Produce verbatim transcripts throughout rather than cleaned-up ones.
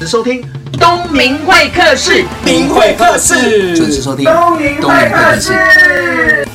时收听东明会客室， 明会客室， 准时收听东明会客室。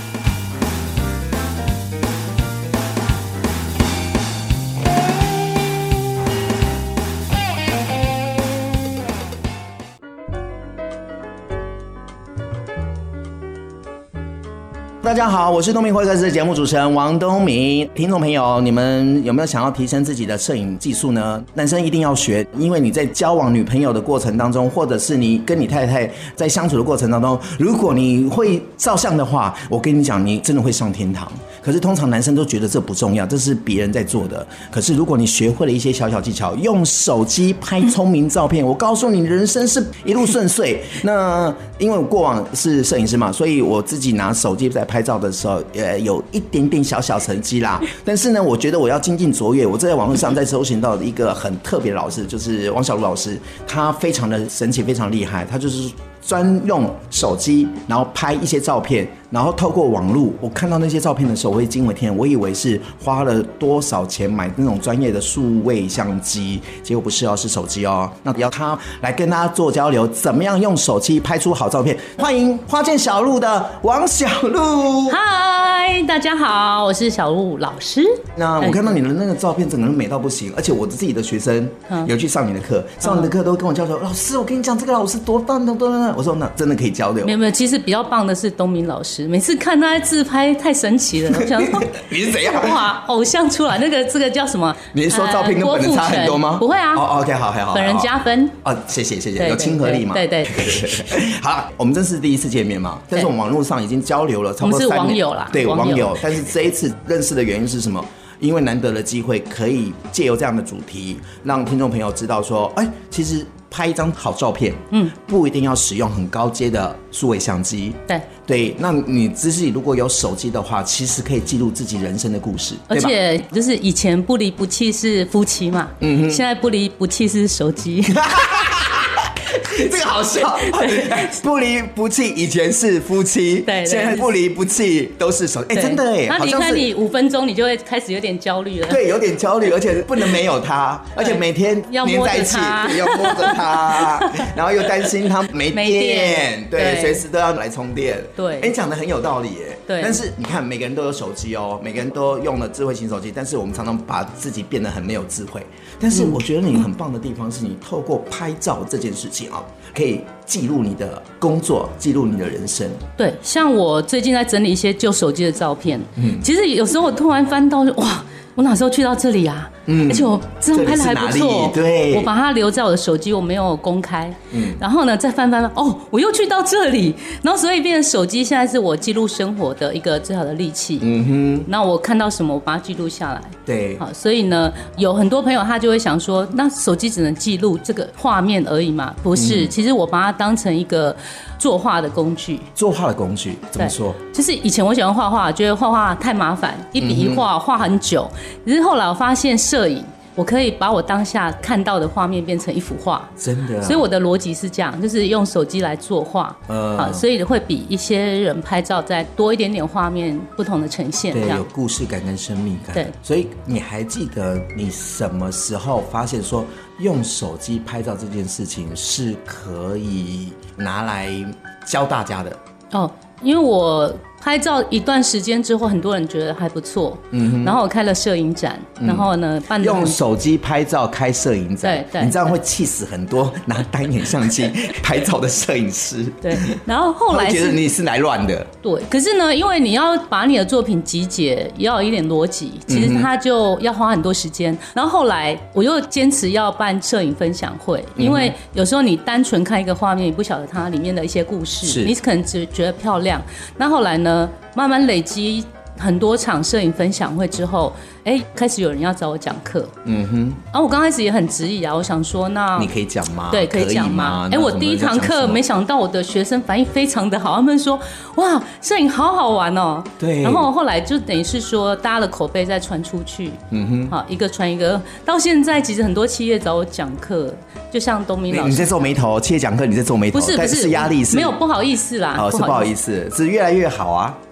大家好，我是东明会客室的节目主持人王东明。听众朋友，你们有没有想要提升自己的摄影技术呢？男生一定要学，因为你在交往女朋友的过程当中，或者是你跟你太太在相处的过程当中，如果你会照相的话，我跟你讲，你真的会上天堂。可是通常男生都觉得这不重要，这是别人在做的。可是如果你学会了一些小小技巧，用手机拍聪明照片，我告诉你，人生是一路顺遂。那因为我过往是摄影师嘛，所以我自己拿手机在拍照的时候，呃，有一点点小小成绩啦。但是呢，我觉得我要精进卓越。我在网络上在搜寻到一个很特别的老师，就是王小璐老师，他非常的神奇，非常厉害。他就是专用手机，然后拍一些照片，然后透过网络，我看到那些照片的时候，我会惊为天人。我以为是花了多少钱买那种专业的数位相机，结果不是哦，是手机哦。那要他来跟大家做交流，怎么样用手机拍出好照片？欢迎花见小璐的王小璐。 嗨，大家好，我是小璐老师。 那我看到你的那个照片，整个人美到不行，而且我自己的学生有去上你的课，上你的课都跟我交流，老师，我跟你讲，这个老师多棒多棒多。我说那真的可以交流。 没有没有，其实比较棒的是东明老师，每次看他自拍太神奇了，我想说你是怎样？ 哇，偶像出来，那个这个叫什么？ 你是说照片跟本人差很多吗？ 不会啊。 哦 ，OK， 好，好，好， 本人加分。 哦，谢谢，谢谢，有亲和力嘛？ 对对。 好，我们这是第一次见面嘛，但是我们网络上已经交流了差不多三年。 我们是网友啦， 对，网友。但是这一次认识的原因是什么？因为难得的机会，可以借由这样的主题，让听众朋友知道说，哎，其实拍一张好照片，嗯，不一定要使用很高阶的数位相机， 对对。那你自己如果有手机的话，其实可以记录自己人生的故事， 而且就是以前不离不弃是夫妻嘛，嗯哼，现在不离不弃是手机。 这个好笑，不离不弃以前是夫妻，对，现在不离不弃都是手，哎，真的哎。 那你看你五分钟，你就会开始有点焦虑了。 对，有点焦虑，而且不能没有他，而且每天黏在一起，要摸着他，然后又担心他没电，对，随时都要来充电。对，哎，你讲的很有道理耶。对，但是你看，每个人都有手机哦，每个人都用了智慧型手机，但是我们常常把自己变得很没有智慧。但是我觉得你很棒的地方是你透过拍照这件事情啊，可以记录你的工作，记录你的人生。对， 像我最近在整理一些旧手机的照片，嗯，其实有时候我突然翻到，哇，我哪时候去到这里啊？嗯，而且我这张拍的还不错，对，我把它留在我的手机，我没有公开。嗯，然后呢，再翻翻翻，哦，我又去到这里，然后所以变成手机现在是我记录生活的一个最好的利器。嗯哼，那我看到什么，我把它记录下来。对，好，所以呢，有很多朋友他就会想说，那手机只能记录这个画面而已嘛？不是，嗯，其实我把它当成一个作画的工具。 作画的工具怎么说？ 就是以前我喜欢画画，觉得画画太麻烦，一笔一画画很久。可是后来我发现摄影，我可以把我当下看到的画面变成一幅画，真的、啊。所以我的逻辑是这样，就是用手机来作画，呃，好，所以会比一些人拍照再多一点点画面不同的呈现， 对，有故事感跟生命感。对，所以你还记得你什么时候发现说用手机拍照这件事情是可以拿来教大家的？哦， 因为我拍照一段时间之后，很多人觉得还不错，嗯，然后我开了摄影展，嗯、然后呢，办用手机拍照开摄影展，对对，你这样会气死很多拿单眼相机拍照的摄影师， 对。然后后来是觉得你是来乱的， 对。可是呢，因为你要把你的作品集结，也要有一点逻辑，其实它就要花很多时间。然后后来我又坚持要办摄影分享会，因为有时候你单纯看一个画面，你不晓得它里面的一些故事，你可能只觉得漂亮。那后来呢？慢慢累积很多场摄影分享会之后，哎，开始有人要找我讲课。嗯哼，然后我刚开始也很质疑啊，我想说，那你可以讲吗？ 对，可以讲吗？哎，我第一堂课没想到我的学生反应非常的好，他们说哇，摄影好好玩哦。对。然后后来就等于是说，大家的口碑再传出去。嗯哼。好，一个传一个，到现在其实很多企业找我讲课，就像东明老师， 你在皱眉头，企业讲课你在皱眉头， 不是不是， 是压力是没有不好意思啦， 哦，是不好意思，是越来越好啊。 对，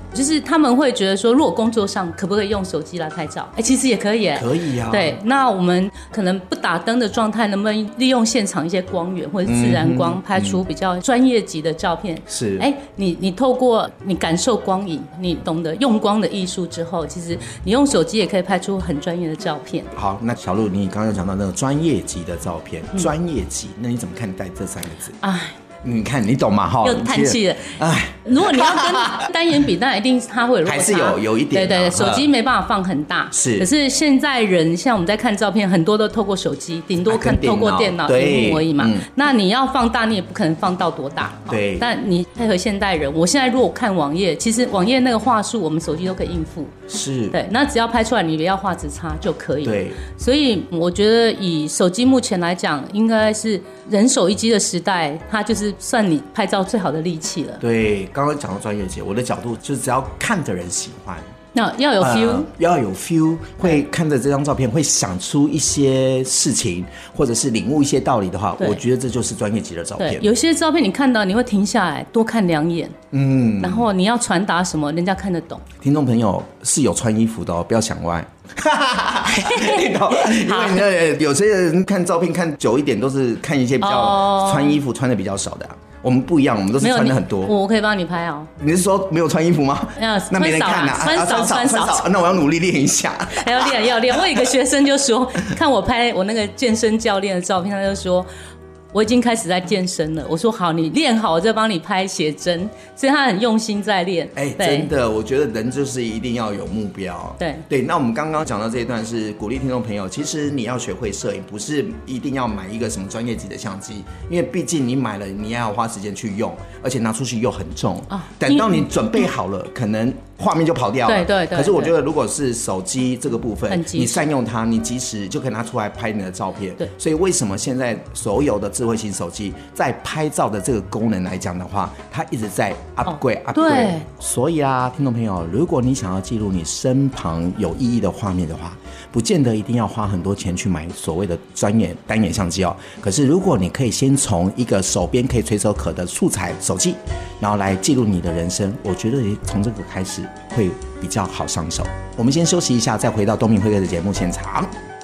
就是他们会觉得说，如果工作上可不可以用手机来拍照？哎，其实也可以，哎， 可以啊。 对，那我们可能不打灯的状态，能不能利用现场一些光源或者自然光，嗯、拍出比较专业级的照片？ 是， 哎，你你透过你感受光影，你懂得用光的艺术之后，其实你用手机也可以拍出很专业的照片。 好，那小璐，你刚刚有讲到那个专业级的照片，嗯、专业级，那你怎么看待这三个字？哎。你看，你懂吗？哈， 又叹气了。哎，如果你要跟单眼比，当然一定它会有落差， 还是有有一点。 对对，手机没办法放很大。 是， 可是现在人像我们在看照片，很多都透过手机，顶多看透过电脑屏幕而已嘛。嗯、那你要放大，你也不可能放到多大。 对。 但你配合现代人，我现在如果看网页，其实网页那个画素，我们手机都可以应付。 是。 对，那只要拍出来，你不要画质差就可以。 对。 所以我觉得以手机目前来讲，应该是人手一机的时代，它就是算你拍照最好的利器了。 对，刚刚讲到专业节，我的角度就是只要看的人喜欢， 那要有 feel，、呃、 要有 feel， 会看着这张照片会想出一些事情，或者是领悟一些道理的话，我觉得这就是专业级的照片。 对，有些照片你看到你会停下来多看两眼，嗯，然后你要传达什么，人家看得懂。 听众朋友是有穿衣服的哦，不要想歪。因为有些人看照片看久一点，都是看一些比较穿衣服穿的比较少的、啊。我们不一样，我们都是穿的很多。 我可以帮你拍哦。 你是说没有穿衣服吗？那没人看啊。 穿少穿少， 穿少。那我要努力练一下。 要练要练。我有一个学生就说，看我拍我那个健身教练的照片，他就说。我已经开始在健身了，我说好，你练好，我再帮你拍写真，所以他很用心在练。 哎、欸，真的，我觉得人就是一定要有目标。 对对，那我们刚刚讲到这一段是鼓励听众朋友，其实你要学会摄影，不是一定要买一个什么专业级的相机，因为毕竟你买了，你也要花时间去用，而且拿出去又很重。啊、等到你准备好了，可能画面就跑掉了。 对对 对, 对。 可是我觉得，如果是手机这个部分，你善用它，你及时就可以拿出来拍你的照片。 对。 所以为什么现在所有的智慧型手机在拍照的这个功能来讲的话，它一直在 upgrade、哦、upgrade。 对。 所以啊，听众朋友，如果你想要记录你身旁有意义的画面的话，不见得一定要花很多钱去买所谓的专业单眼相机哦。可是如果你可以先从一个手边可以随手可得素材手机，然后来记录你的人生，我觉得从这个开始会比较好上手。我们先休息一下，再回到东明会客的节目现场。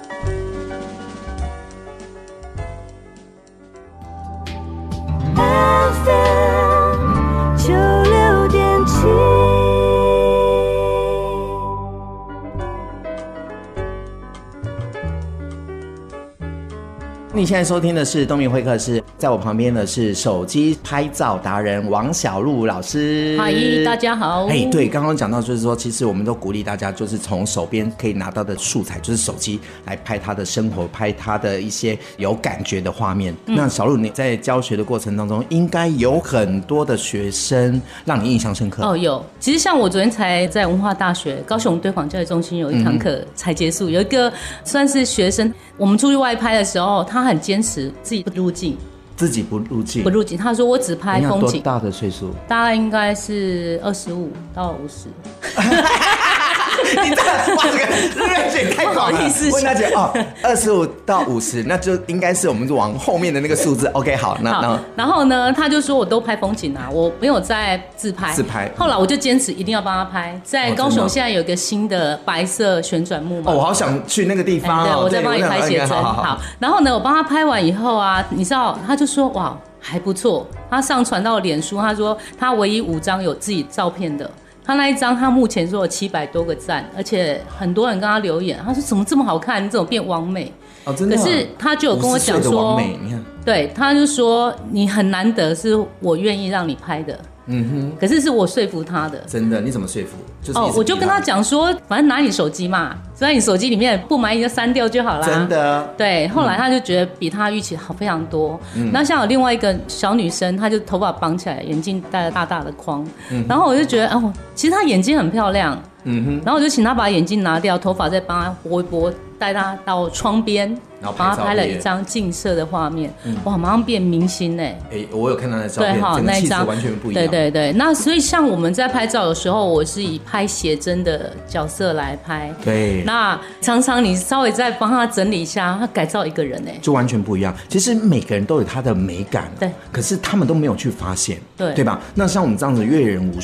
你现在收听的是东明会客室，在我旁边的是手机拍照达人王小璐老师。 嗨，大家好。 哎，对，刚刚讲到就是说，其实我们都鼓励大家，就是从手边可以拿到的素材，就是手机来拍他的生活，拍他的一些有感觉的画面。嗯、那小璐，你在教学的过程当中，应该有很多的学生让你印象深刻。 哦，有。其实像我昨天才在文化大学高雄推广教育中心有一堂课才结束，嗯、有一个算是学生，我们出去外拍的时候，他很坚持自己不入镜， 自己不入镜， 不入镜。他说我只拍风景。 多大的岁数？ 大概应该是二十五到五十。 你这哇，这个认知也太广了。问大姐哦，二十五到五十，那就应该是我们往后面的那个数字。OK， 好，那好，然后呢，他就说我都拍风景啊，我没有在自拍。 自拍。 后来我就坚持一定要帮他拍。在高雄现在有一个新的白色旋转木马。 哦，我好想去那个地方、哦。 对，我在帮你拍写真。好, 好, 好，然后呢，我帮他拍完以后啊，你知道，他就说哇还不错，他上传到脸书，他说他唯一五张有自己照片的。他那一张，他目前说有七百多个赞，而且很多人跟他留言，他说怎么这么好看，你怎么变完美？ 哦，真的、啊。 可是他就有跟我讲说， 你看， 对，他就说你很难得，是我愿意让你拍的。嗯哼，可是是我说服他的。 真的？你怎么说服？就是哦，我就跟他讲说，反正拿你手机嘛，在你手机里面不满意就删掉就好啦。 真的。对， 后来他就觉得比他预期好非常多。嗯。那像有另外一个小女生，她就头发绑起来，眼镜戴了大大的框。嗯。然后我就觉得，哦，其实她眼睛很漂亮。嗯哼。然后我就请她把眼镜拿掉，头发再帮她拨一拨，带她到窗边。然后帮他拍了一张近摄的画面，嗯、哇，马上变明星哎！ 哎，我有看到那照片，对哈，那一张完全不一样。 对对对，那所以像我们在拍照的时候，我是以拍写真的角色来拍。 对， 那常常你稍微再帮他整理一下，他改造一个人哎， 就完全不一样。其实每个人都有他的美感， 对， 可是他们都没有去发现， 对， 对吧？那像我们这样子阅人无数。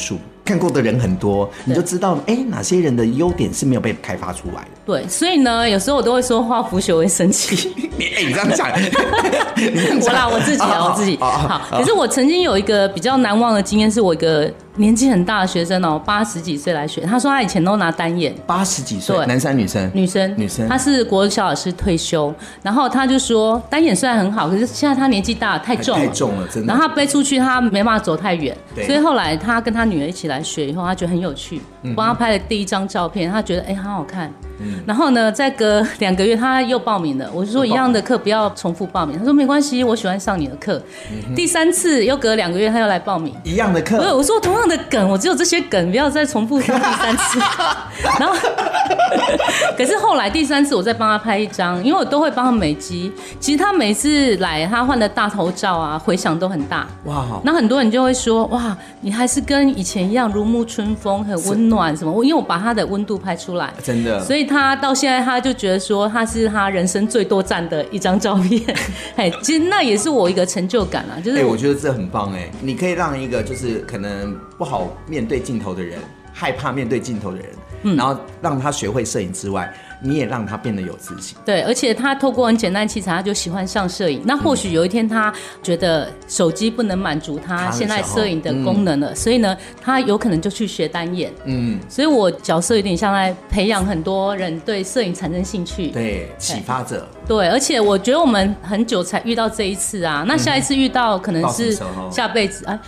看过的人很多，你就知道哎、欸、哪些人的优点是没有被开发出来的。 对，所以呢，有时候我都会说化腐朽为神奇。 你哎、欸，你这样讲， 我啦，我自己啊，我自己。好，可是我曾经有一个比较难忘的经验，是我一个年纪很大的学生哦，八十几岁来学，他说他以前都拿单眼。 八十几岁，男生女生？ 女生， 女生。 他是国小老师退休，然后他就说单眼虽然很好，可是现在他年纪大太重了， 太重了，真的。 然后他背出去，他没办法走太远，所以后来他跟他女儿一起来学以后，他觉得很有趣，嗯、帮他拍了第一张照片，他觉得哎、欸、很好看。嗯、然后呢，再隔两个月他又报名了，我就说一样的课不要重复报名，他说没关系，我喜欢上你的课。嗯、第三次又隔两个月他又来报名一样的课， 我说同样的梗，我只有这些梗，不要再重复上第三次。然后，可是后来第三次我再帮他拍一张，因为我都会帮他美肌。其实他每次来，他换的大头照啊，回响都很大。哇！那很多人就会说，哇，你还是跟以前一样如沐春风，很温暖什么？因为我把他的温度拍出来， 真的。 所以他到现在他就觉得说，他是他人生最多赞的一张照片。哎，其实那也是我一个成就感啊，就是。 哎、欸，我觉得这很棒哎，你可以让一个就是可能不好面对镜头的人，害怕面对镜头的人，嗯、然后让他学会摄影之外，你也让他变得有自信。 对，而且他透过很简单的器材，他就喜欢上摄影。那或许有一天他觉得手机不能满足他现在摄影的功能了，嗯、所以呢，他有可能就去学单眼。嗯，所以我角色有点像在培养很多人对摄影产生兴趣。 对，启发者。 对，而且我觉得我们很久才遇到这一次啊，那下一次遇到可能是下辈子哎，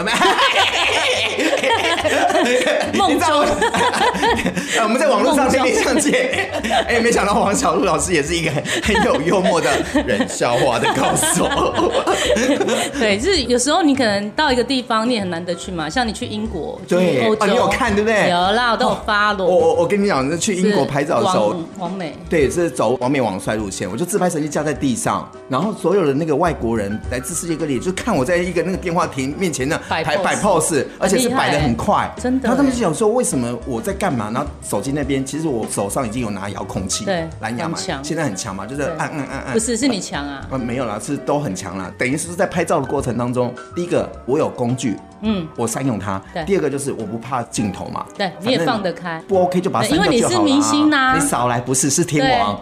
梦中。 我们在网络上天天相见。哎、欸，没想到王小璐老师也是一个很有幽默的人笑话的高手。 对，就是有时候你可能到一个地方，你也很难得去嘛，像你去英国、去欧洲、 啊，你有看对不对？ 有啦，我都有发了。 我我我跟你讲，去英国拍照的时候， 王美对，是走王美网帅路线，我就自拍神器架在地上，然后所有的那个外国人来自世界各地，就看我在一个那个电话亭面前呢摆摆 pose， 而且是摆得很快， 真的。 然后他们就想说，为什么我在干嘛？然后手机那边，其实我手上已经有拿遥控器， 对， 蓝牙嘛，现在很强嘛，就是按按按按。 不是，是你强啊？ 呃，没有啦，是都很强啦。等于是在拍照的过程当中，第一个我有工具，嗯，我善用它。第二个就是我不怕镜头嘛， 对，你也放得开， 不 OK 就把它删掉就好了。 因为你是明星呐、啊， 你少来，不是是天王。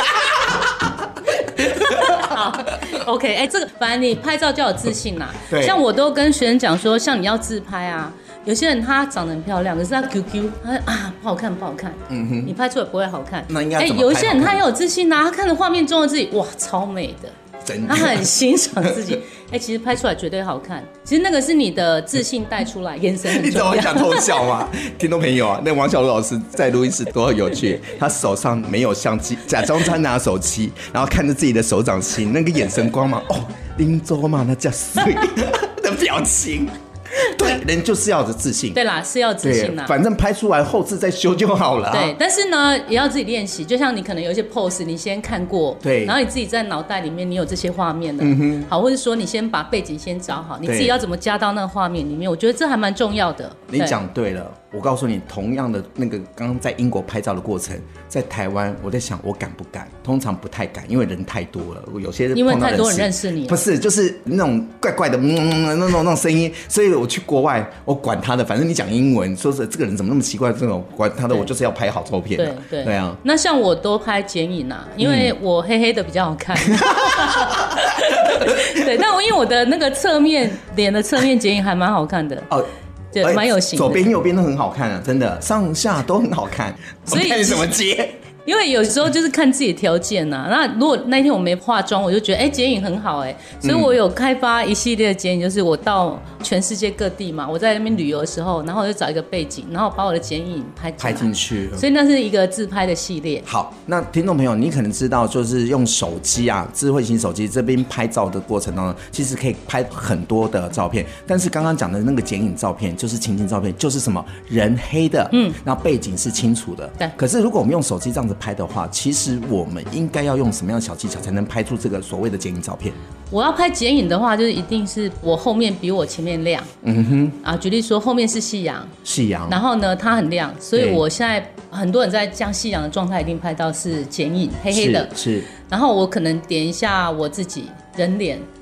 好 ，OK， 哎、欸，这个反正你拍照就要有自信啦。对，像我都跟学生讲说，像你要自拍啊，有些人他长得很漂亮，可是他 Q Q， 他啊不好看不好看，嗯哼，你拍出来不会好看。 那应该怎么拍？ 有一些人他也有自信啊，他看着画面中的自己，哇，超美的。他很欣赏自己，哎、欸，其实拍出来绝对好看。其实那个是你的自信带出来，眼神很重要。 你怎么讲偷笑吗？听众朋友啊，那王小璐老师在录音室多有趣，他手上没有相机，假装他拿手机，然后看着自己的手掌心，那个眼神光芒，哦，林州嘛，那叫水的表情。对，人就是要有自信。 对啦，是要自信啦。 反正拍出来后置再修就好了、啊。 对，但是呢，也要自己练习。就像你可能有一些 pose， 你先看过， 对， 然后你自己在脑袋里面你有这些画面的，嗯哼，好，或者说你先把背景先找好，你自己要怎么加到那个画面里面，我觉得这还蛮重要的。 你讲对了。我告诉你，同样的那个刚刚在英国拍照的过程，在台湾，我在想我敢不敢？通常不太敢，因为人太多了。有些人因为太多人认识你， 不是就是那种怪怪的嗯那种那种声音，所以我去国外，我管他的，反正你讲英文，说是这个人怎么那么奇怪，这种管他的，我就是要拍好照片、啊。 对对对啊。 那像我都拍剪影啊，因为我黑黑的比较好看。嗯、对，但我因为我的那个侧面脸的侧面剪影还蛮好看的哦。对，蛮有型的， 左边右边都很好看啊，真的，上下都很好看。所以你怎么接？ 因为有时候就是看自己的条件呐、啊。那如果那天我没化妆，我就觉得哎、欸、剪影很好哎、欸，所以我有开发一系列的剪影，就是我到全世界各地嘛，我在那边旅游的时候，然后我就找一个背景，然后把我的剪影拍拍进去， 所以那是一个自拍的系列。 好，那听众朋友，你可能知道，就是用手机啊，智慧型手机这边拍照的过程当中，其实可以拍很多的照片。但是刚刚讲的那个剪影照片，就是情景照片，就是什么人黑的，嗯，然后背景是清楚的。 对。 可是如果我们用手机这样子拍的话，其实我们应该要用什么样的小技巧才能拍出这个所谓的剪影照片？ 我要拍剪影的话，就是一定是我后面比我前面亮。嗯哼。啊，举例说后面是夕阳， 夕阳， 然后呢它很亮，所以我现在很多人在这样夕阳的状态一定拍到是剪影黑黑的， 是。是然后我可能点一下我自己人脸，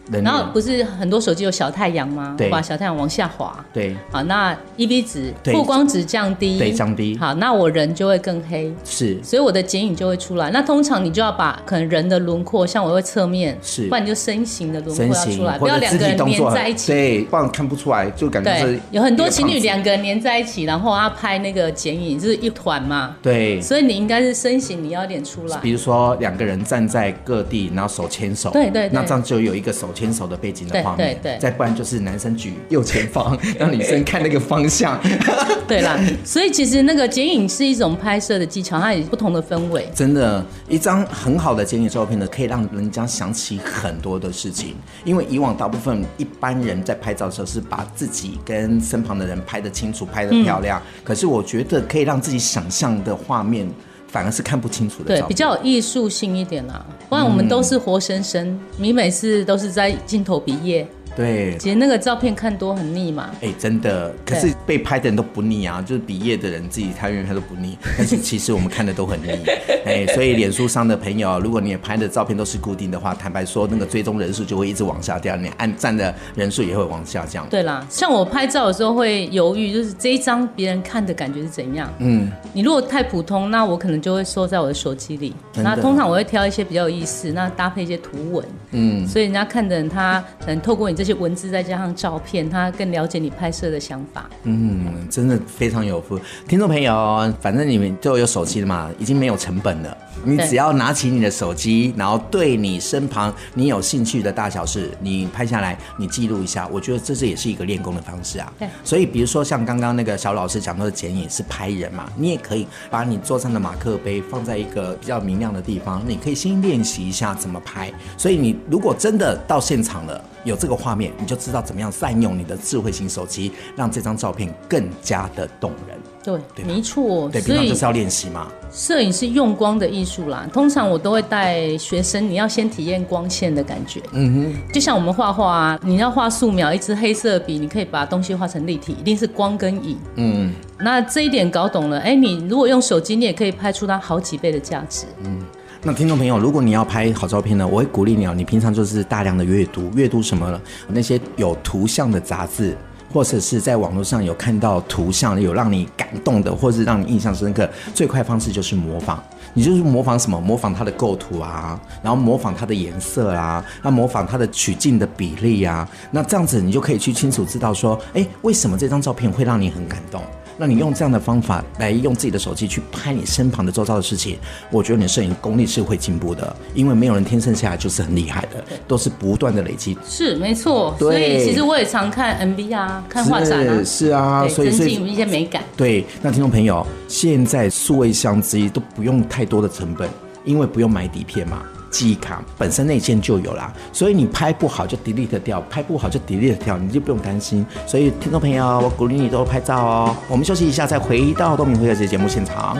然后不是很多手机有小太阳吗？我把小太阳往下滑， 对， 好，那 E V 值曝光值降低， 对，降低， 好，那我人就会更黑， 是， 所以我的剪影就会出来。那通常你就要把可能人的轮廓，像我会侧面， 是， 不然你就身形的轮廓要出来，不要两个人黏在一起， 对，不然看不出来，就感觉是。 有很多情侣两个人黏在一起，然后要拍那个剪影，就是一团嘛， 对， 所以你应该是身形你要有点出来， 比如说两个人站在各地，然后手牵手， 对对对， 那这样就有一个手牵手的背景的画面， 对对对， 再不然就是男生举右前方，让女生看那个方向， 对啦，所以其实那个剪影是一种拍摄的技巧，它有不同的氛围。 真的，一张很好的剪影照片呢，可以让人家想起很多的事情。因为以往大部分一般人在拍照的时候是把自己跟身旁的人拍得清楚、拍得漂亮，嗯、可是我觉得可以让自己想象的画面。反而是看不清楚的照片， 对，比较有艺术性一点啦。不然我们都是活生生，嗯、你每次都是在镜头比耶。 对， 其实那个照片看多很腻嘛。 哎、欸，真的，可是被拍的人都不腻啊，就是比耶的人自己拍原拍都不腻，但是其实我们看的都很腻。哎、欸，所以脸书上的朋友，如果你拍的照片都是固定的话，坦白说，那个追踪人数就会一直往下掉，你按赞的人数也会往下降。 对啦，像我拍照的时候会犹豫，就是这一张别人看的感觉是怎样。嗯，你如果太普通，那我可能就会收在我的手机里。那通常我会挑一些比较有意思，那搭配一些图文。嗯，所以人家看的人，他可能透过你这些文字再加上照片，他更了解你拍摄的想法。 嗯，真的非常有福。听众朋友，反正你们都有手机了嘛，已经没有成本了。你只要拿起你的手机，然后对你身旁你有兴趣的大小事，你拍下来，你记录一下。我觉得这是也是一个练功的方式啊。对。所以比如说像刚刚那个小老师讲到的剪影是拍人嘛，你也可以把你桌上的马克杯放在一个比较明亮的地方，你可以先练习一下怎么拍。所以你如果真的到现场了，有这个画面，你就知道怎么样善用你的智慧型手机，让这张照片更加的动人。 对，对没错。 对，平常就是要练习嘛。 摄影是用光的艺术啦，通常我都会带学生，你要先体验光线的感觉。嗯哼，就像我们画画啊，你要画素描，一支黑色笔，你可以把东西画成立体，一定是光跟影。嗯，那这一点搞懂了，哎，你如果用手机，你也可以拍出它好几倍的价值。嗯。 那听众朋友，如果你要拍好照片呢，我会鼓励你哦，你平常就是大量的阅读，阅读什么呢？那些有图像的杂志，或者是在网络上有看到图像有让你感动的，或是让你印象深刻，最快方式就是模仿。你就是模仿什么？模仿它的构图啊，然后模仿它的颜色啊，那模仿它的取景的比例啊，那这样子你就可以去清楚知道说，哎，为什么这张照片会让你很感动？那你用这样的方法来用自己的手机去拍你身旁的周遭的事情，我觉得你的摄影功力是会进步的，因为没有人天生下来就是很厉害的，都是不断的累积。 是没错，所以其实我也常看 M V 啊，看画展啊， 是啊，所以增进一些美感。 对，那听众朋友，现在数位相机都不用太多的成本，因为不用买底片嘛。记忆卡本身内建就有啦，所以你拍不好就 delete 掉，拍不好就 delete 掉，你就不用担心。所以听众朋友，我鼓励你多拍照哦。我们休息一下，再回到东明会客室节目现场。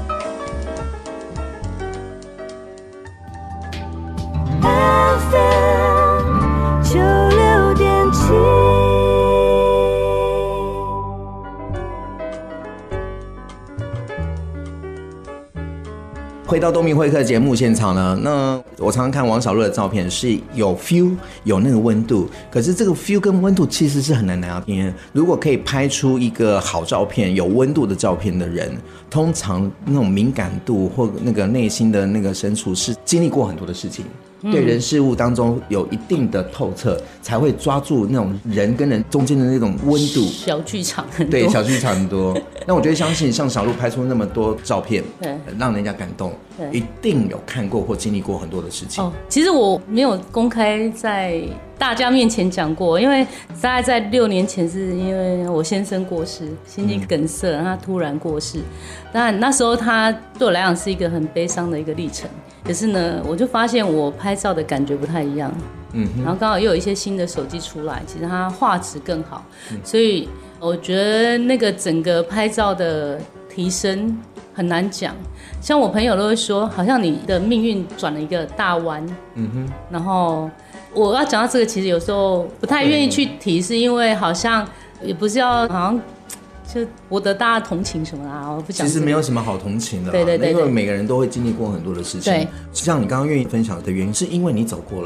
F M 九六点七。 回到东明会客节目现场呢，那我常常看王小璐的照片是有 feel 有那个温度，可是这个 feel 跟温度其实是很难拿捏。如果可以拍出一个好照片有温度的照片的人，通常那种敏感度或那个内心的那个深处是经历过很多的事情，对人事物当中有一定的透彻，才会抓住那种人跟人中间的那种温度。 小剧场很多， 对，小剧场很多。那我觉得相信像小璐拍出那么多照片，对，让人家感动，一定有看过或经历过很多的事情。哦， 其实我没有公开在大家面前讲过，因为大概在六年前是因为我先生过世，心肌梗塞，然后他突然过世。当然那时候他对我来讲是一个很悲伤的一个历程。可是呢，我就发现我拍照的感觉不太一样，嗯，然后刚好又有一些新的手机出来，其实它画质更好，嗯，所以我觉得那个整个拍照的提升很难讲。像我朋友都会说，好像你的命运转了一个大弯，嗯哼，然后我要讲到这个，其实有时候不太愿意去提，是因为好像也不是要好像。就博得大家同情什么啦，我不讲。 其实没有什么好同情的， 对对 对, 对， 因为每个人都会经历过很多的事情。对，像你刚刚愿意分享的原因，是因为你走过了嘛。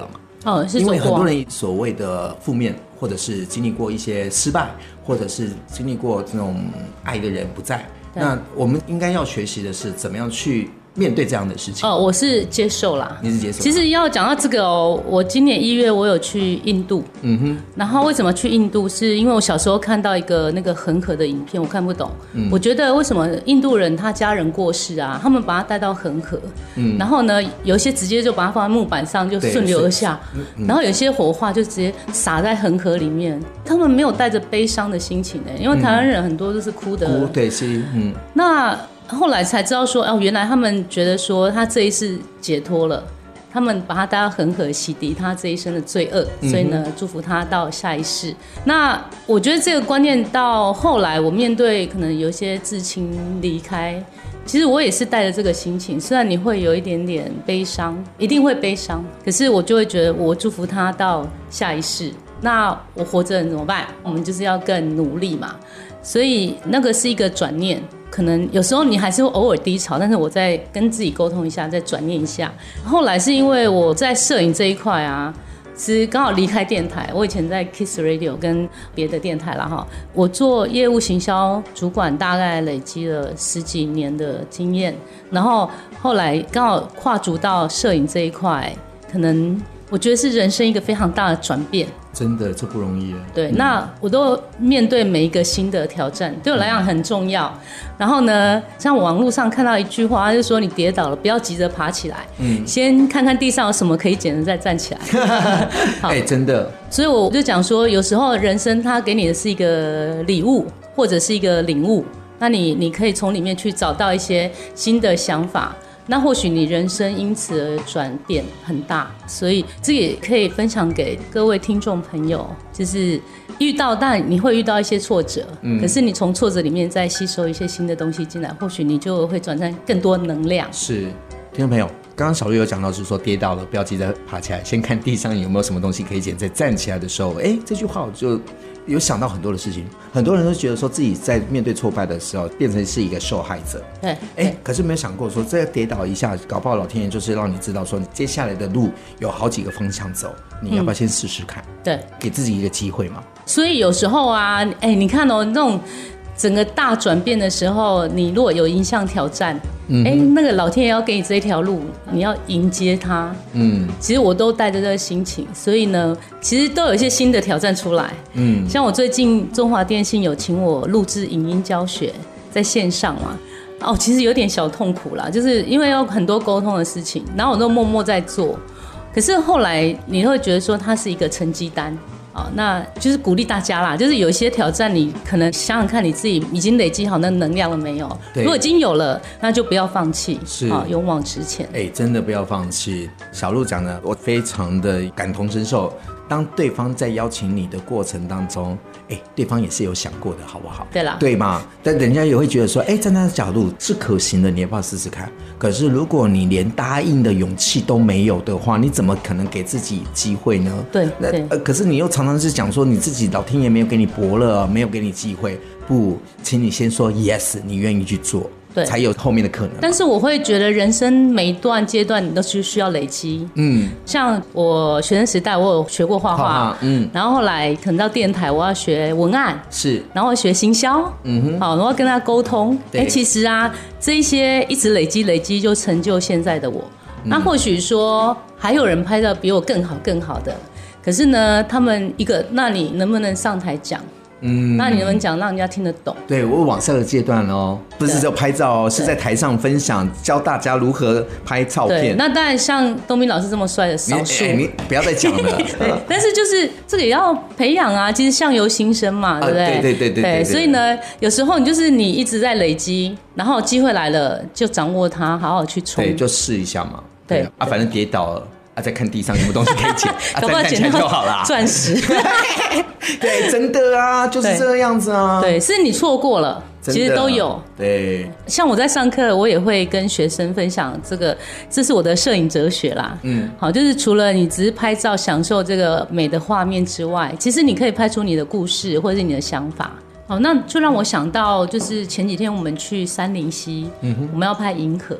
哦，是因为很多人所谓的负面，或者是经历过一些失败，或者是经历过这种爱的人不在，那我们应该要学习的是怎么样去面对这样的事情。 哦，我是接受啦。 你是接受？ 其实要讲到这个哦，我今年一月我有去印度，嗯哼。然后为什么去印度？是因为我小时候看到一个那个恒河的影片，我看不懂。嗯、我觉得为什么印度人他家人过世啊，他们把他带到恒河，嗯，然后呢，有一些直接就把它放在木板上就顺流而下，嗯、然后有些火化就直接撒在恒河里面，他们没有带着悲伤的心情哎，因为台湾人很多都是哭的， 哭对是，嗯， 那。后来才知道说，哦，原来他们觉得说他这一世解脱了，他们把他带到恒河洗涤他这一生的罪恶，所以呢，祝福他到下一世。那我觉得这个观念到后来，我面对可能有一些至亲离开，其实我也是带着这个心情，虽然你会有一点点悲伤，一定会悲伤，可是我就会觉得我祝福他到下一世。那我活着怎么办？我们就是要更努力嘛。所以那个是一个转念，可能有时候你还是会偶尔低潮，但是我再跟自己沟通一下，再转念一下。后来是因为我在摄影这一块啊，其实刚好离开电台，我以前在 Kiss Radio 跟别的电台啦哈，我做业务行销主管，大概累积了十几年的经验，然后后来刚好跨足到摄影这一块，可能我觉得是人生一个非常大的转变。 真的，这不容易。 对，嗯、那我都面对每一个新的挑战，对我来讲很重要。嗯、然后呢，像网络上看到一句话，他就说你跌倒了，不要急着爬起来，嗯，先看看地上有什么可以捡的，再站起来。 哎、欸，真的。 所以我就讲说，有时候人生它给你的是一个礼物，或者是一个领悟，那你你可以从里面去找到一些新的想法。那或许你人生因此而转变很大，所以这也可以分享给各位听众朋友，就是遇到，但你会遇到一些挫折，嗯，可是你从挫折里面再吸收一些新的东西进来，或许你就会转成更多能量。 是，听众朋友，刚刚小鹿有讲到，就是说跌倒了不要急着爬起来，先看地上有没有什么东西可以捡，再站起来的时候，哎，这句话我就有想到很多的事情。很多人都觉得说自己在面对挫败的时候变成是一个受害者， 对， 哎，可是没有想过说这个跌倒一下，搞不好老天爷就是让你知道说你接下来的路有好几个方向走，你要不要先试试看？嗯、对，给自己一个机会嘛。 所以有时候啊，哎，你看哦，那种整个大转变的时候，你如果有迎向挑战，哎、嗯，那个老天爷要给你这一条路，你要迎接它。嗯，其实我都带着这个心情，所以呢，其实都有一些新的挑战出来。嗯，像我最近中华电信有请我录制影音教学，在线上嘛。哦，其实有点小痛苦啦，就是因为有很多沟通的事情，然后我都默默在做。可是后来你会觉得说，它是一个成绩单。哦，那就是鼓励大家啦，就是有一些挑战，你可能想想看你自己已经累积好那能量了没有？如果已经有了，那就不要放弃，是啊，勇往直前。 哎、欸，真的不要放弃。小鹿讲的，我非常的感同身受。当对方在邀请你的过程当中，哎，对方也是有想过的，好不好？ 对啦， 对嘛？但人家也会觉得说，哎，站在他的角度是可行的，你要不要试试看？可是如果你连答应的勇气都没有的话，你怎么可能给自己机会呢？ 对，那呃，可是你又常常是讲说你自己老天爷没有给你伯乐，没有给你机会，不，请你先说 yes， 你愿意去做。对，才有后面的可能。 但是我会觉得人生每一段阶段你都是需要累积。嗯，像我学生时代我有学过画画，嗯，然后后来可能到电台我要学文案， 是， 然后学行销，嗯哼，好，然后跟他沟通。哎，其实啊，这一些一直累积累积，就成就现在的我。嗯、那或许说还有人拍到比我更好更好的，可是呢，他们一个，那你能不能上台讲？嗯，那你能不能讲让人家听得懂？ 对，我往下的阶段哦，不是只有拍照哦，是在台上分享，教大家如何拍照片。 对，那当然像东明老师这么帅的少数， 你, 你不要再讲了。 对，但是就是这个也要培养啊，其实相由心生嘛，对不对？ 啊、对, 对, 对, 对, 对, 对。 所以呢，有时候你就是你一直在累积，然后机会来了就掌握它，好好去冲。 对，就试一下嘛。 对, 对啊，反正跌倒了。啊！再看地上有没有东西可以捡，啊，再看起来就好啦。 钻石， 对，真的啊，就是这个样子啊。 对，是你错过了，其实都有。 对， 像我在上课，我也会跟学生分享这个，这是我的摄影哲学啦。嗯，好，就是除了你只是拍照享受这个美的画面之外，其实你可以拍出你的故事或者是你的想法。好，那就让我想到，就是前几天我们去杉林溪，嗯、我们要拍银河。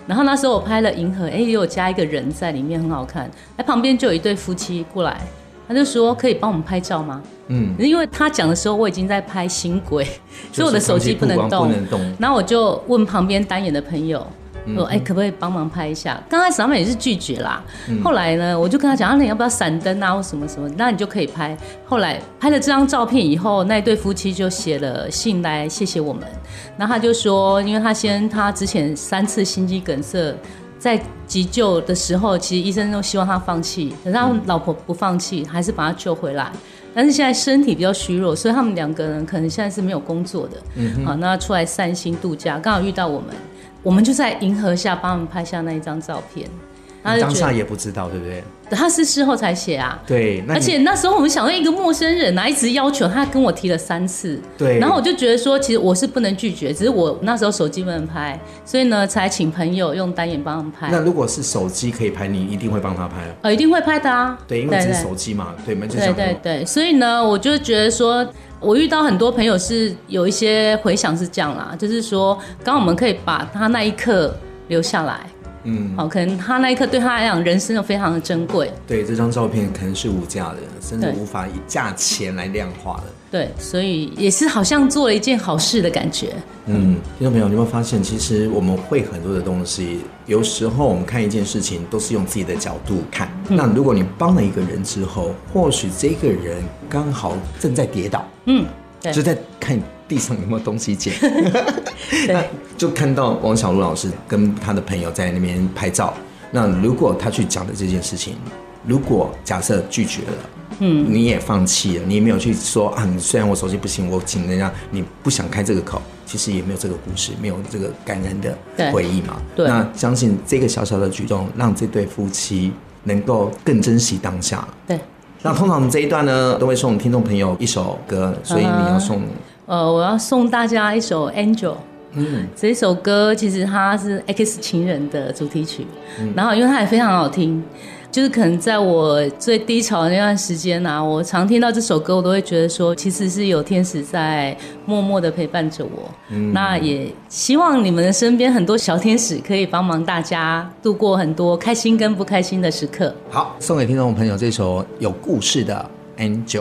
然后那时候我拍了银河，哎，也有加一个人在里面，很好看。哎，旁边就有一对夫妻过来，他就说可以帮我们拍照吗？嗯，因为他讲的时候我已经在拍新轨，所以我的手机不能动。不能动。然后我就问旁边单眼的朋友。说哎，可不可以帮忙拍一下？刚开始他们也是拒绝啦，嗯、后来呢，我就跟他讲，啊，你要不要闪灯啊，或什么什么，那你就可以拍。后来拍了这张照片以后，那对夫妻就写了信来谢谢我们。然后他就说，因为他先他之前三次心肌梗塞，在急救的时候，其实医生都希望他放弃，可是他老婆不放弃，还是把他救回来。但是现在身体比较虚弱，所以他们两个人可能现在是没有工作的。嗯，好，那出来散心度假，刚好遇到我们。我们就在银河下帮他们拍下那一张照片， 你当下也不知道，对不对？ 他是事后才写啊。 对， 而且那时候我们想到一个陌生人啊，一直要求他跟我提了三次。 对， 然后我就觉得说，其实我是不能拒绝，只是我那时候手机不能拍，所以呢，才请朋友用单眼帮他们拍。 那如果是手机可以拍，你一定会帮他拍啊？ 呃，一定会拍的啊。 对，因为只是手机嘛，对，对， 对对对，所以呢，我就觉得说。我遇到很多朋友是有一些回响是这样啦，就是说，刚刚我们可以把他那一刻留下来，嗯，好，可能他那一刻对他来讲，人生又非常的珍贵。 对，这张照片可能是无价的，甚至无法以价钱来量化的。 对，所以也是好像做了一件好事的感觉。 嗯，听众朋友，你有没有发现，其实我们会很多的东西，有时候我们看一件事情都是用自己的角度看。嗯、那如果你帮了一个人之后，或许这个人刚好正在跌倒，嗯，就在看地上有没有东西捡，那就看到王小璐老师跟他的朋友在那边拍照。那如果他去讲的这件事情，如果假设拒绝了。嗯，你也放弃了，你也没有去说啊，你虽然我手机不行，我请人家，你不想开这个口，其实也没有这个故事，没有这个感人的回忆嘛。对，那相信这个小小的举动，让这对夫妻能够更珍惜当下。 对， 那通常我们这一段呢，都会送听众朋友一首歌，所以你要送， 呃，我要送大家一首《Angel》。嗯，这一首歌其实它是《X 情人》的主题曲，嗯、然后因为它也非常好听。就是可能在我最低潮的那段时间啊，我常听到这首歌，我都会觉得说，其实是有天使在默默的陪伴着我。嗯，那也希望你们的身边很多小天使可以帮忙大家度过很多开心跟不开心的时刻。 好，送给听众朋友这首有故事的《Angel》。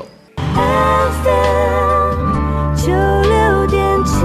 F M 九六点七。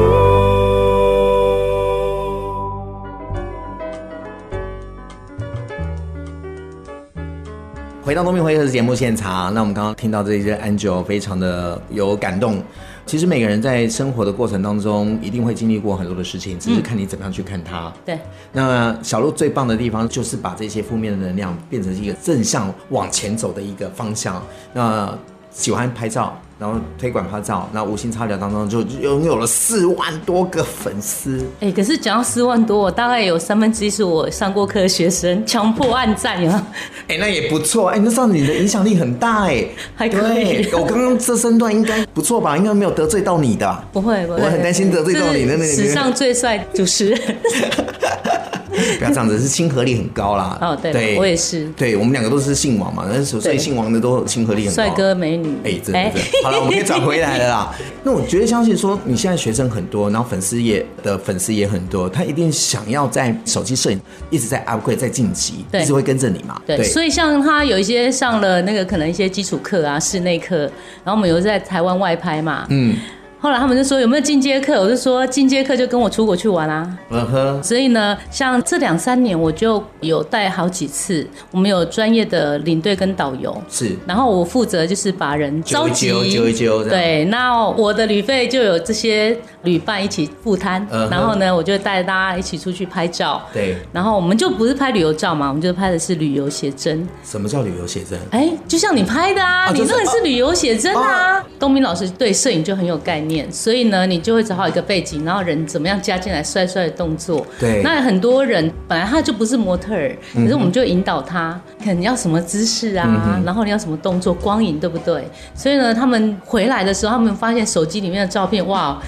回到东明会客室节目现场，那我们刚刚听到这些 Angel 非常的有感动。其实每个人在生活的过程当中，一定会经历过很多的事情，只是看你怎么样去看它。嗯、 对。 那小璐最棒的地方，就是把这些负面的能量变成一个正向往前走的一个方向。那喜欢拍照，然后推广拍照，那无心插柳当中就拥有了四万多个粉丝。 哎、欸，可是讲到四万多，我大概有三分之一是我上过课的学生，强迫按赞呀。 哎、欸，那也不错。哎、欸，那这样你的影响力很大哎、欸， 还可以。 我刚刚这身段应该不错吧？应该没有得罪到你的。 不会，不会。 我很担心得罪到你的那个。 史上最帅主持人。 不要这样子，是亲和力很高啦。 哦，对，对我也是。 对，我们两个都是姓王嘛，但是所以姓王的都亲和力很高。 帅哥美女， 哎、欸，真的。欸、好了，我们可以转回来了啦。那我觉得相信说，你现在学生很多，然后粉丝也的粉丝也很多，他一定想要在手机摄影一直在 upgrade 在晋级，一直会跟着你嘛。 对，所以像他有一些上了那个可能一些基础课啊、室内课，然后我们有在台湾外拍嘛，嗯。后来他们就说有没有进阶课，我就说进阶课就跟我出国去玩啊。嗯哼。所以呢，像这两三年我就有带好几次，我们有专业的领队跟导游。 是。然后我负责就是把人召集， 揪一揪，揪一揪。 对，那我的旅费就有这些旅伴一起负担。嗯。然后呢，我就带大家一起出去拍照。 对。 然后我们就不是拍旅游照嘛，我们就拍的是旅游写真。 什么叫旅游写真？ 哎，就像你拍的啊，啊你那个是旅游写真啊。啊东明老师对摄影就很有概念。所以呢，你就会找好一个背景，然后人怎么样加进来帅帅的动作。 对。 那很多人本来他就不是模特儿，可是我们就引导他，可能要什么姿势啊，嗯、然后你要什么动作，光影对不对？所以呢，他们回来的时候，他们发现手机里面的照片，哇，跟以前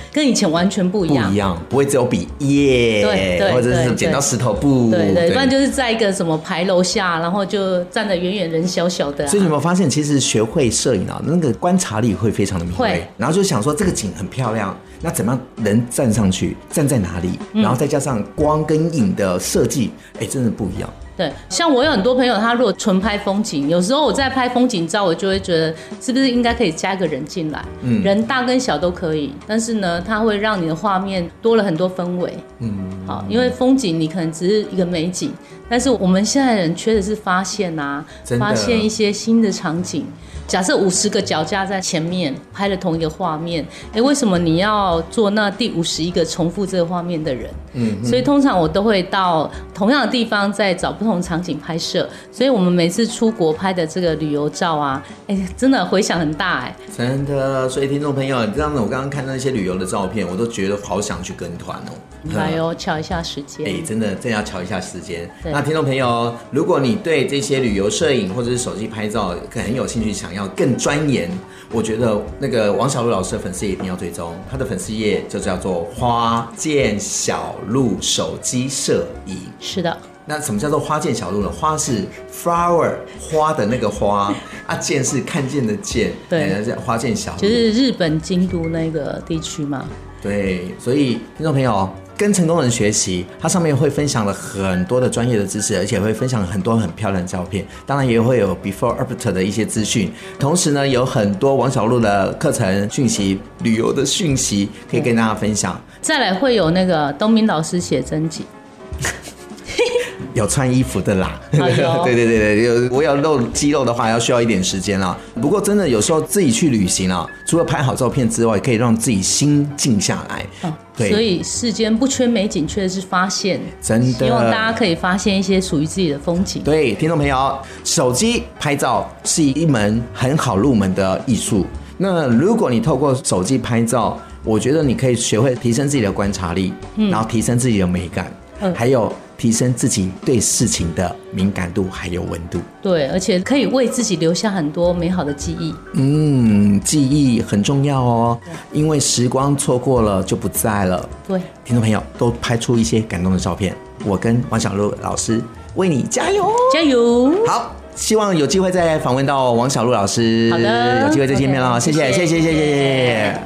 前完全不一样， 不一样，不会只有比耶， 对对， 或者是剪刀石头布， 对 对, 对，不然就是在一个什么牌楼下，然后就站得远远，人小小的、啊。 所以你有没有发现，其实学会摄影啊，那个观察力会非常的敏锐，然后就想说这个景很漂亮。那怎么样人站上去，站在哪里，然后再加上光跟影的设计，哎、欸，真的不一样。 对，像我有很多朋友，他如果纯拍风景，有时候我在拍风景照，我就会觉得是不是应该可以加一个人进来，嗯，人大跟小都可以，但是呢，它会让你的画面多了很多氛围，嗯，好，因为风景你可能只是一个美景，但是我们现在人缺的是发现啊，发现一些新的场景。假设五十个脚架在前面拍了同一个画面，哎，为什么你要做那第五十一个重复这个画面的人？嗯，所以通常我都会到同样的地方，再找不同场景拍摄。所以我们每次出国拍的这个旅游照啊，哎，真的回响很大哎。 真的，所以听众朋友，你知道吗？我刚刚看到那些旅游的照片，我都觉得好想去跟团哦。 来哦，瞧一下时间。 哎，真的，真要瞧一下时间。那听众朋友，如果你对这些旅游摄影或者是手机拍照很有兴趣，想要更钻研，我觉得那个王小璐老师的粉丝页一定要追踪，他的粉丝页就叫做花见小璐手机摄影。 是的。 那什么叫做花见小璐呢？花是 flower 花的那个花啊，见是看见的见，对，花见小璐就是日本京都那个地区嘛。 对，所以听众朋友跟成功人学习，它上面会分享了很多的专业的知识，而且会分享很多很漂亮的照片，当然也会有 before after 的一些资讯，同时呢有很多王小璐的课程讯息、旅游的讯息可以跟大家分享。 再来会有那个东明老师写真集。 有穿衣服的啦，对对对对，我要露肌肉的话，要需要一点时间啦。不过真的有时候自己去旅行啊，除了拍好照片之外，可以让自己心静下来。 哦、对，所以世间不缺美景，缺的是发现。 真的， 希望大家可以发现一些属于自己的风景。 对，听众朋友，手机拍照是一门很好入门的艺术。那如果你透过手机拍照，我觉得你可以学会提升自己的观察力，嗯、然后提升自己的美感，嗯、还有提升自己对事情的敏感度还有温度。 对，而且可以为自己留下很多美好的记忆。 嗯，记忆很重要哦，因为时光错过了就不在了。 对， 听众朋友都拍出一些感动的照片，我跟王小璐老师为你加油加油。 好，希望有机会再访问到王小璐老师。 好的， 有机会再见面了， okay, 谢谢谢谢谢谢。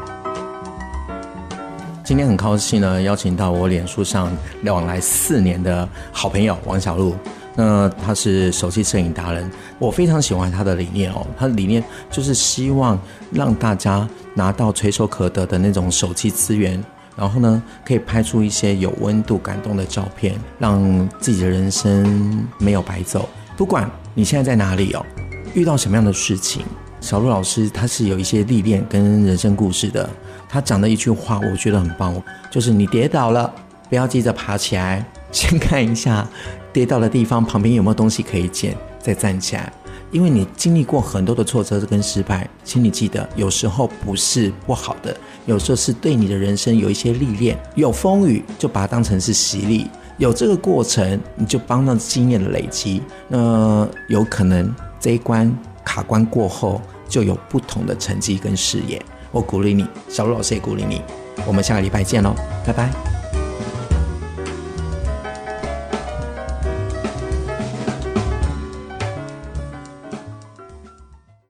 今天很高兴呢，邀请到我脸书上往来四年的好朋友王小璐。那他是手机摄影达人，我非常喜欢他的理念哦。他的理念就是希望让大家拿到垂手可得的那种手机资源，然后呢，可以拍出一些有温度、感动的照片，让自己的人生没有白走。不管你现在在哪里哦，遇到什么样的事情，小璐老师他是有一些历练跟人生故事的。他讲的一句话我觉得很棒，就是你跌倒了不要急着爬起来，先看一下跌倒的地方旁边有没有东西可以捡，再站起来。因为你经历过很多的挫折跟失败，请你记得有时候不是不好的，有时候是对你的人生有一些历练。有风雨就把它当成是洗礼，有这个过程你就帮到经验的累积，那有可能这一关卡关过后就有不同的成绩跟视野。我鼓励你，小璐老师也鼓励你，我们下个礼拜见咯，拜拜。